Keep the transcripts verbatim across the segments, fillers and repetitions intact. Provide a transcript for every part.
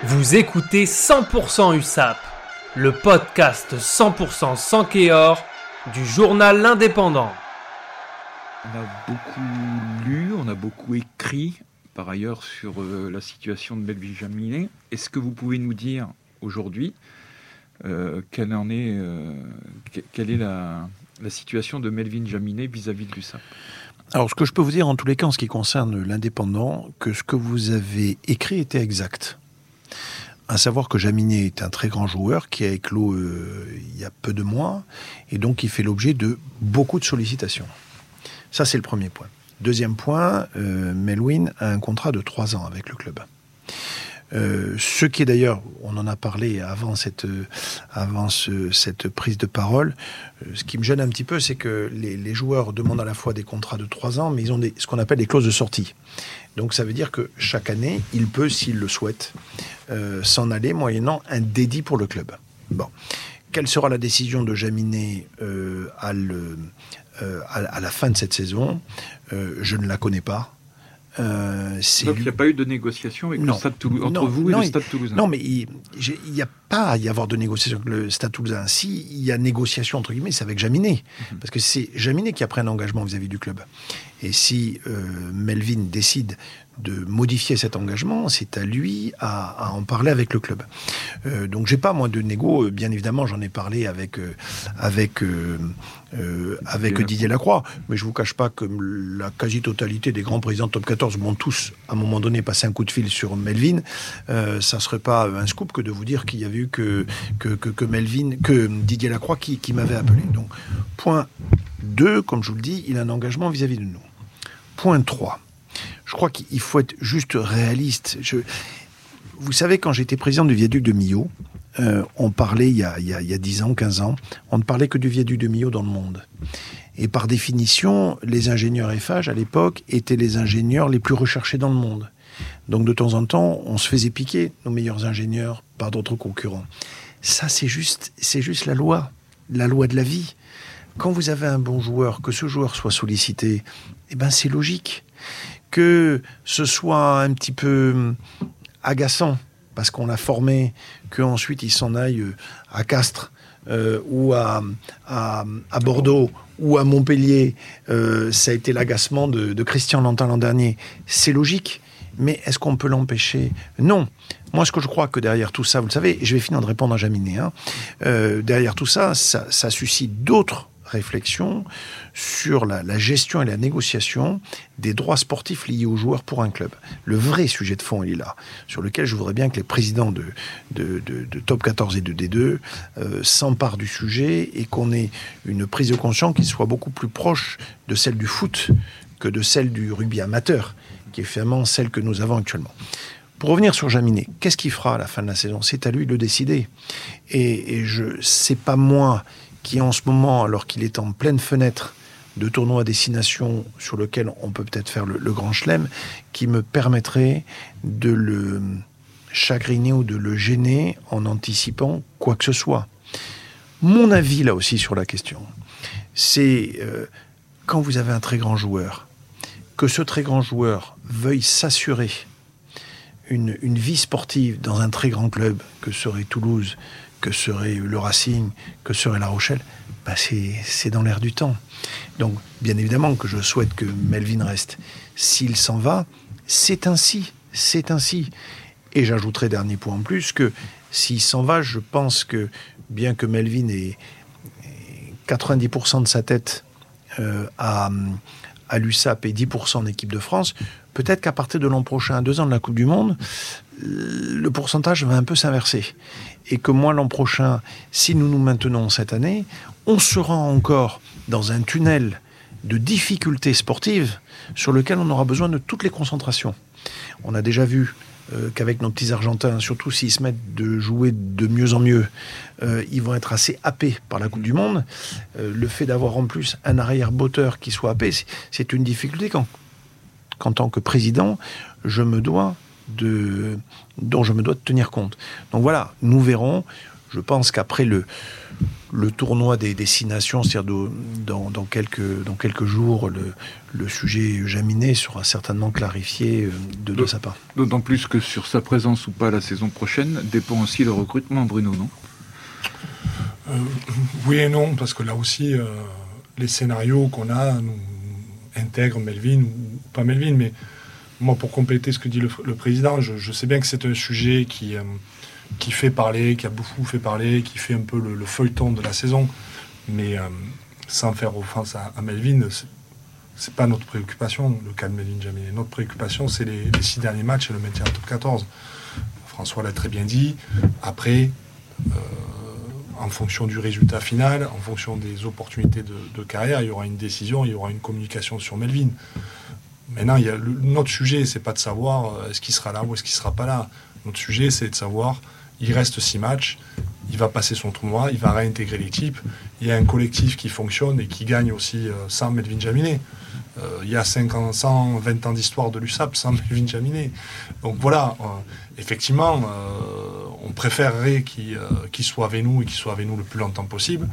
Vous écoutez cent pour cent U S A P, le podcast cent pour cent sans Kéor du journal L'Indépendant. On a beaucoup lu, on a beaucoup écrit par ailleurs sur euh, la situation de Melvin Jaminet. Est-ce que vous pouvez nous dire aujourd'hui euh, quelle en est, euh, quelle est la, la situation de Melvin Jaminet vis-à-vis de l'U S A P ? Alors, ce que je peux vous dire, en tous les cas, en ce qui concerne l'Indépendant, que ce que vous avez écrit était exact. À savoir que Jaminet est un très grand joueur qui a éclos euh, il y a peu de mois, et donc il fait l'objet de beaucoup de sollicitations. Ça, c'est le premier point. Deuxième point, euh, Melvin a un contrat de trois ans avec le club. Euh, ce qui est d'ailleurs, on en a parlé avant cette, avant ce, cette prise de parole, euh, ce qui me gêne un petit peu, c'est que les, les joueurs demandent à la fois des contrats de trois ans, mais ils ont des, ce qu'on appelle des clauses de sortie. Donc ça veut dire que chaque année, il peut, s'il le souhaite, euh, s'en aller moyennant un dédit pour le club. Bon. Quelle sera la décision de Jaminet euh, à, le, euh, à, à la fin de cette saison ? euh, Je ne la connais pas. Euh, Donc il n'y a pas eu de négociation avec non. le Stade Toulousain, entre non, vous non, et le Stade Toulousain. Non, mais il n'y a pas à y avoir de négociation avec le Stade Toulousain. Si il y a négociation, entre guillemets, c'est avec Jaminet. Mm-hmm. Parce que c'est Jaminet qui a pris un engagement vis-à-vis du club. Et si euh, Melvin décide de modifier cet engagement, c'est à lui à, à en parler avec le club. Euh, donc j'ai pas moi de négo, bien évidemment j'en ai parlé avec euh, avec euh, euh, avec Didier, Didier Lacroix, mais je vous cache pas que la quasi-totalité des grands présidents de Top quatorze m'ont tous à un moment donné passé un coup de fil sur Melvin. Euh, ça serait pas un scoop que de vous dire qu'il y avait eu que que que, que Melvin, que Didier Lacroix qui, qui m'avait appelé. Donc point deux, comme je vous le dis, il a un engagement vis-à-vis de nous. Point trois. Je crois qu'il faut être juste réaliste. Je... Vous savez, quand j'étais président du viaduc de Millau, euh, on parlait, il y, a, il, y a, il y a dix ans, quinze ans, on ne parlait que du viaduc de Millau dans le monde. Et par définition, les ingénieurs F H, à l'époque, étaient les ingénieurs les plus recherchés dans le monde. Donc de temps en temps, on se faisait piquer nos meilleurs ingénieurs par d'autres concurrents. Ça, c'est juste, c'est juste la loi, la loi de la vie. Quand vous avez un bon joueur, que ce joueur soit sollicité, eh ben c'est logique. Que ce soit un petit peu agaçant, parce qu'on l'a formé, qu'ensuite il s'en aille à Castres, euh, ou à, à, à Bordeaux, ou à Montpellier, euh, ça a été l'agacement de, de Christian Lantin l'an dernier. C'est logique, mais est-ce qu'on peut l'empêcher ? Non. Moi, ce que je crois que derrière tout ça, vous le savez, et je vais finir de répondre à Jaminet, hein, euh, derrière tout ça, ça, ça suscite d'autres réflexion sur la, la gestion et la négociation des droits sportifs liés aux joueurs pour un club. Le vrai sujet de fond, il est là, sur lequel je voudrais bien que les présidents de, de, de, de Top quatorze et de D deux euh, s'emparent du sujet et qu'on ait une prise de conscience qui soit beaucoup plus proche de celle du foot que de celle du rugby amateur, qui est finalement celle que nous avons actuellement. Pour revenir sur Jaminet, qu'est-ce qu'il fera à la fin de la saison ? C'est à lui de le décider. Et, et je, c'est pas moi qui en ce moment, alors qu'il est en pleine fenêtre de tournoi à destination sur lequel on peut peut-être faire le, le grand chelem, qui me permettrait de le chagriner ou de le gêner en anticipant quoi que ce soit. Mon avis, là aussi, sur la question, c'est euh, quand vous avez un très grand joueur, que ce très grand joueur veuille s'assurer une, une vie sportive dans un très grand club, que serait Toulouse, que serait le Racing, que serait La Rochelle, bah c'est, c'est dans l'air du temps. Donc, bien évidemment que je souhaite que Melvin reste. S'il s'en va, c'est ainsi, c'est ainsi. Et j'ajouterai, dernier point en plus, que s'il s'en va, je pense que, bien que Melvin ait quatre-vingt-dix pour cent de sa tête euh, à, à l'U S A P et dix pour cent en équipe de France, peut-être qu'à partir de l'an prochain, à deux ans de la Coupe du Monde, le pourcentage va un peu s'inverser. Et que moi, l'an prochain, si nous nous maintenons cette année, on sera encore dans un tunnel de difficultés sportives sur lequel on aura besoin de toutes les concentrations. On a déjà vu euh, qu'avec nos petits Argentins, surtout s'ils se mettent de jouer de mieux en mieux, euh, ils vont être assez happés par la Coupe du Monde. Euh, le fait d'avoir en plus un arrière-botteur qui soit happé, c'est, c'est une difficulté quand, qu'en tant que président, je me dois de, dont je me dois de tenir compte. Donc voilà, nous verrons. je pense qu'après le, le tournoi des destinations, c'est-à-dire de, dans, dans, quelques, dans quelques jours, le, le sujet Jaminet sera certainement clarifié de, de sa part. D'autant plus que sur sa présence ou pas la saison prochaine dépend aussi le recrutement, Bruno, non ? euh, Oui et non, parce que là aussi, euh, les scénarios qu'on a nous intègrent Melvin ou pas Melvin, mais moi, pour compléter ce que dit le, le président, je, je sais bien que c'est un sujet qui, euh, qui fait parler, qui a beaucoup fait parler, qui fait un peu le, le feuilleton de la saison, mais euh, sans faire offense à, à Melvin, c'est, c'est pas notre préoccupation, le cas de Melvin Jaminet. Notre préoccupation, c'est les, les six derniers matchs et le maintien en top quatorze. François l'a très bien dit. Après, euh, en fonction du résultat final, en fonction des opportunités de, de carrière, il y aura une décision, il y aura une communication sur Melvin. Maintenant, il y a le, notre sujet, c'est pas de savoir euh, est-ce qu'il sera là ou est-ce qu'il sera pas là. Notre sujet, c'est de savoir, il reste six matchs, il va passer son tournoi, il va réintégrer l'équipe. Il y a un collectif qui fonctionne et qui gagne aussi euh, sans Melvin Jaminet. Euh, il y a cinq ans, cent vingt ans d'histoire de l'U S A P sans Melvin Jaminet. Donc voilà, euh, effectivement, euh, on préférerait qu'il, euh, qu'il soit avec nous et qu'il soit avec nous le plus longtemps possible.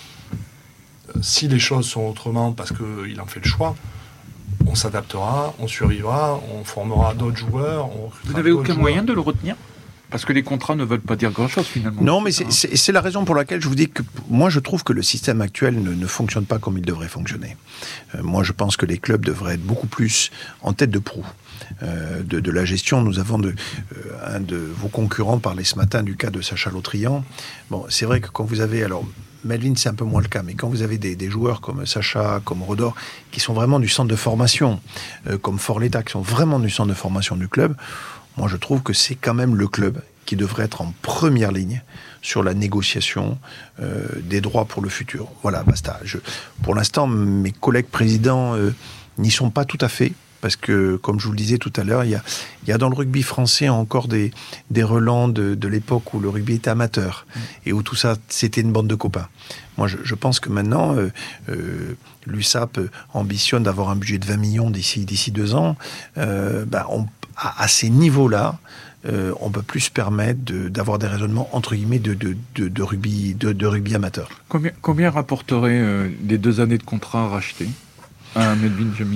Euh, si les choses sont autrement parce qu'il en fait le choix, on s'adaptera, on survivra, on formera d'autres joueurs. On Vous n'avez aucun moyen de le retenir ? Parce que les contrats ne veulent pas dire grand-chose finalement. Non, mais c'est, c'est, c'est la raison pour laquelle je vous dis que moi je trouve que le système actuel ne, ne fonctionne pas comme il devrait fonctionner. Euh, moi je pense que les clubs devraient être beaucoup plus en tête de proue euh, de, de la gestion. Nous avons de, euh, un de vos concurrents parlait ce matin du cas de Sacha Lautrian. Bon, c'est vrai que quand vous avez... alors Melvin, c'est un peu moins le cas, mais quand vous avez des, des joueurs comme Sacha, comme Rodor, qui sont vraiment du centre de formation, euh, comme Forletta, qui sont vraiment du centre de formation du club, moi je trouve que c'est quand même le club qui devrait être en première ligne sur la négociation euh, des droits pour le futur. Voilà, basta. Je, pour l'instant, mes collègues présidents euh, n'y sont pas tout à fait, parce que, comme je vous le disais tout à l'heure, il y a, il y a dans le rugby français encore des, des relents de, de l'époque où le rugby était amateur, mmh. et où tout ça, c'était une bande de copains. Moi, je, je pense que maintenant, euh, euh, l'U S A P ambitionne d'avoir un budget de vingt millions d'ici, d'ici deux ans. Euh, bah, on, à, à ces niveaux-là, euh, on peut plus se permettre de, d'avoir des raisonnements, entre guillemets, de, de, de, de, rugby, de, de rugby amateur. Combien, combien rapporterait euh, les deux années de contrat rachetés à Melvin Jaminet ?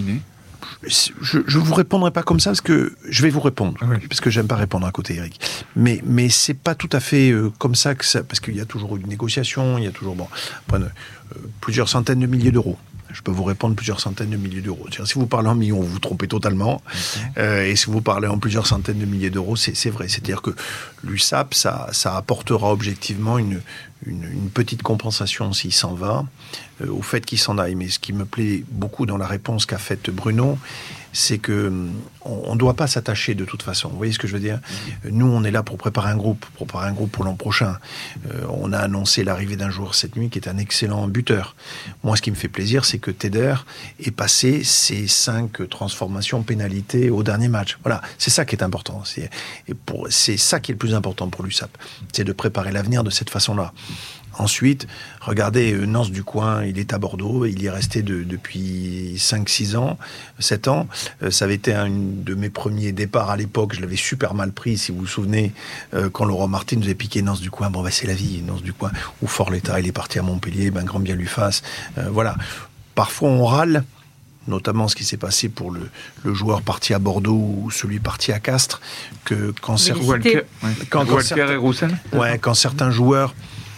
Je ne vous répondrai pas comme ça, parce que je vais vous répondre, oui. parce que j'aime pas répondre à côté, Eric. Mais, mais c'est pas tout à fait euh, comme ça, que ça, parce qu'il y a toujours une négociation, il y a toujours bon, euh, plusieurs centaines de milliers d'euros. Je peux vous répondre plusieurs centaines de milliers d'euros. C'est-à-dire, si vous parlez en millions, vous vous trompez totalement. Okay. Euh, et si vous parlez en plusieurs centaines de milliers d'euros, c'est, c'est vrai. C'est-à-dire que l'U S A P, ça, ça apportera objectivement une, une, une petite compensation s'il s'en va, euh, au fait qu'il s'en aille. Mais ce qui me plaît beaucoup dans la réponse qu'a faite Bruno, c'est que on ne doit pas s'attacher de toute façon. Vous voyez ce que je veux dire ? Mmh. Nous, on est là pour préparer un groupe, pour préparer un groupe pour l'an prochain. Euh, on a annoncé l'arrivée d'un joueur cette nuit qui est un excellent buteur. Moi, ce qui me fait plaisir, c'est que Teder ait passé ses cinq transformations pénalités au dernier match. Voilà, c'est ça qui est important. C'est, et pour, c'est ça qui est le plus important pour l'U S A P. C'est de préparer l'avenir de cette façon-là. Ensuite, regardez, Nance du Coin, il est à Bordeaux, il y est resté de, depuis cinq six ans, sept ans. Euh, ça avait été un de mes premiers départs à l'époque, je l'avais super mal pris, si vous vous souvenez, euh, quand Laurent Martin nous avait piqué Nance du Coin. Bon, ben, c'est la vie, Nance du Coin. Ou Forletta, il est parti à Montpellier, ben, grand bien lui fasse. Euh, voilà. Parfois, on râle, notamment ce qui s'est passé pour le, le joueur parti à Bordeaux ou celui parti à Castres, que quand, cer- Walker, ouais. quand, quand Walker certains, et Roussel ouais, quand certains joueurs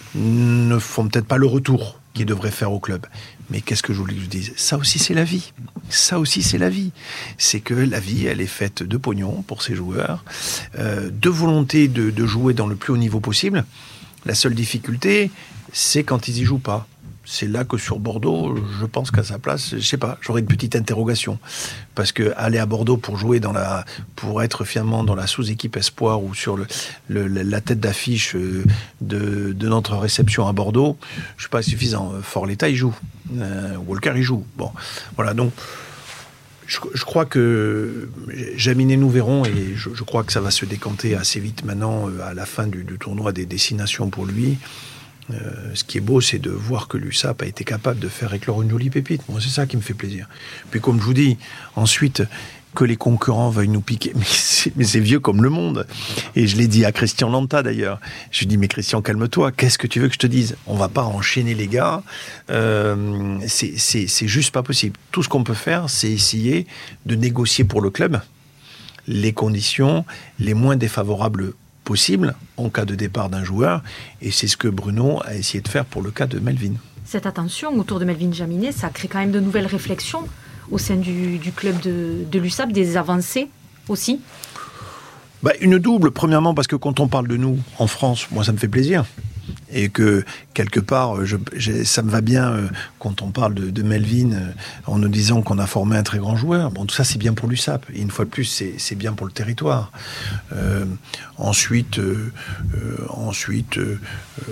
ne font peut-être pas le retour qu'ils devraient faire au club. Mais qu'est-ce que je voulais que je dise ? Ça aussi, c'est la vie. Ça aussi, c'est la vie. C'est que la vie, elle est faite de pognon pour ces joueurs, euh, de volonté de, de jouer dans le plus haut niveau possible. La seule difficulté, c'est quand ils y jouent pas. C'est là que sur Bordeaux, je pense qu'à sa place, je sais pas, j'aurais une petite interrogation. Parce que aller à Bordeaux pour jouer dans la, pour être finalement dans la sous-équipe espoir ou sur le, le, la tête d'affiche de, de notre réception à Bordeaux, je suis pas suffisant. Forletta, il joue. Euh, Walker, il joue. Bon, voilà, donc, je, je crois que Jaminet, nous verrons, et je, je crois que ça va se décanter assez vite maintenant, à la fin du, du tournoi des destinations pour lui. Euh, ce qui est beau, c'est de voir que l'U S A P a été capable de faire éclore une jolie pépite. Moi, c'est ça qui me fait plaisir. Puis, comme je vous dis, ensuite, que les concurrents veuillent nous piquer. Mais c'est, mais c'est vieux comme le monde. Et je l'ai dit à Christian Lanta d'ailleurs. Je lui dis, mais Christian, calme-toi. Qu'est-ce que tu veux que je te dise ? On va pas enchaîner les gars. Euh, c'est, c'est, c'est juste pas possible. Tout ce qu'on peut faire, c'est essayer de négocier pour le club les conditions les moins défavorables possibles en cas de départ d'un joueur. Et c'est ce que Bruno a essayé de faire pour le cas de Melvin. Cette attention autour de Melvin Jaminet, ça crée quand même de nouvelles réflexions au sein du, du club de, de l'U S A P, des avancées aussi. Bah, une double, premièrement parce que quand on parle de nous en France, moi ça me fait plaisir. Et que quelque part, je, je, ça me va bien euh, quand on parle de, de Melvin euh, en nous disant qu'on a formé un très grand joueur. Bon, tout ça c'est bien pour l'U S A P. Et une fois de plus, c'est, c'est bien pour le territoire. Euh, ensuite, euh, euh, ensuite euh, euh,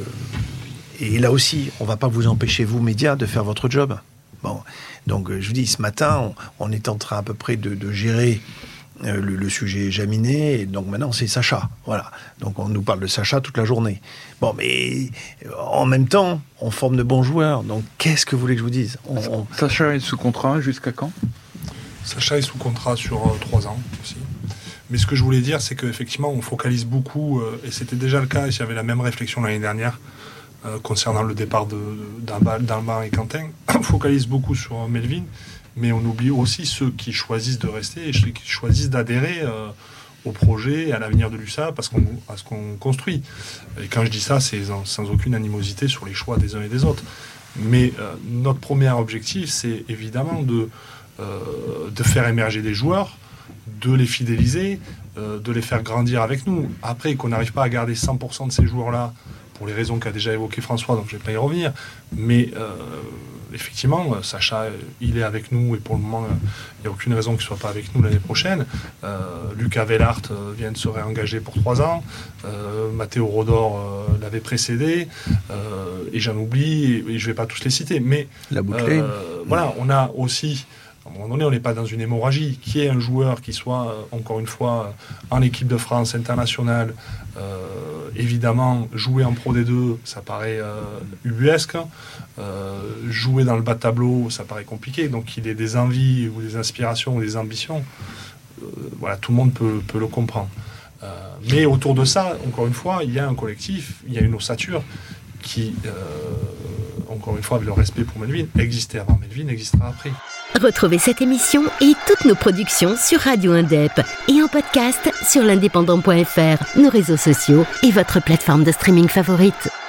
et là aussi, on ne va pas vous empêcher, vous, médias, de faire votre job. Bon, donc je vous dis, ce matin, on, on est en train à peu près de, de gérer euh, le, le sujet Jaminet, et donc maintenant c'est Sacha. Voilà. Donc on nous parle de Sacha toute la journée. Bon, mais en même temps, on forme de bons joueurs. Donc qu'est-ce que vous voulez que je vous dise ? on, on... Sacha est sous contrat jusqu'à quand ? Sacha est sous contrat sur euh, trois ans aussi. Mais ce que je voulais dire, c'est qu'effectivement, on focalise beaucoup, euh, et c'était déjà le cas, et j'avais la même réflexion l'année dernière, Euh, concernant le départ de, de, d'Alban et Quentin. On focalise beaucoup sur Melvin, mais on oublie aussi ceux qui choisissent de rester et ceux qui choisissent d'adhérer euh, au projet et à l'avenir de l'U S A parce qu'on, à ce qu'on construit. Et quand je dis ça, c'est sans, sans aucune animosité sur les choix des uns et des autres. Mais euh, notre premier objectif, c'est évidemment de, euh, de faire émerger des joueurs, de les fidéliser, euh, de les faire grandir avec nous. Après, qu'on n'arrive pas à garder cent pour cent de ces joueurs-là, pour les raisons qu'a déjà évoqué François, donc je ne vais pas y revenir. Mais euh, effectivement, Sacha, il est avec nous et pour le moment, il n'y a aucune raison qu'il ne soit pas avec nous l'année prochaine. Euh, Lucas Vellart euh, vient de se réengager pour trois ans. Euh, Matteo Rodor euh, l'avait précédé. Euh, et j'en oublie, et, et je ne vais pas tous les citer. Mais La bouclée. Euh, voilà, on a aussi... À un moment donné, on n'est pas dans une hémorragie. Qui est un joueur qui soit, euh, encore une fois, euh, en équipe de France internationale, euh, évidemment, jouer en Pro D deux, ça paraît euh, ubuesque. Euh, jouer dans le bas de tableau, ça paraît compliqué. Donc, qu'il ait des envies ou des inspirations ou des ambitions, euh, voilà, tout le monde peut, peut le comprendre. Euh, mais autour de ça, encore une fois, il y a un collectif, il y a une ossature qui, euh, encore une fois, avec le respect pour Melvin, existait avant Melvin, existera après. Retrouvez cette émission et toutes nos productions sur Radio Indep et en podcast sur l'indépendant point f r, nos réseaux sociaux et votre plateforme de streaming favorite.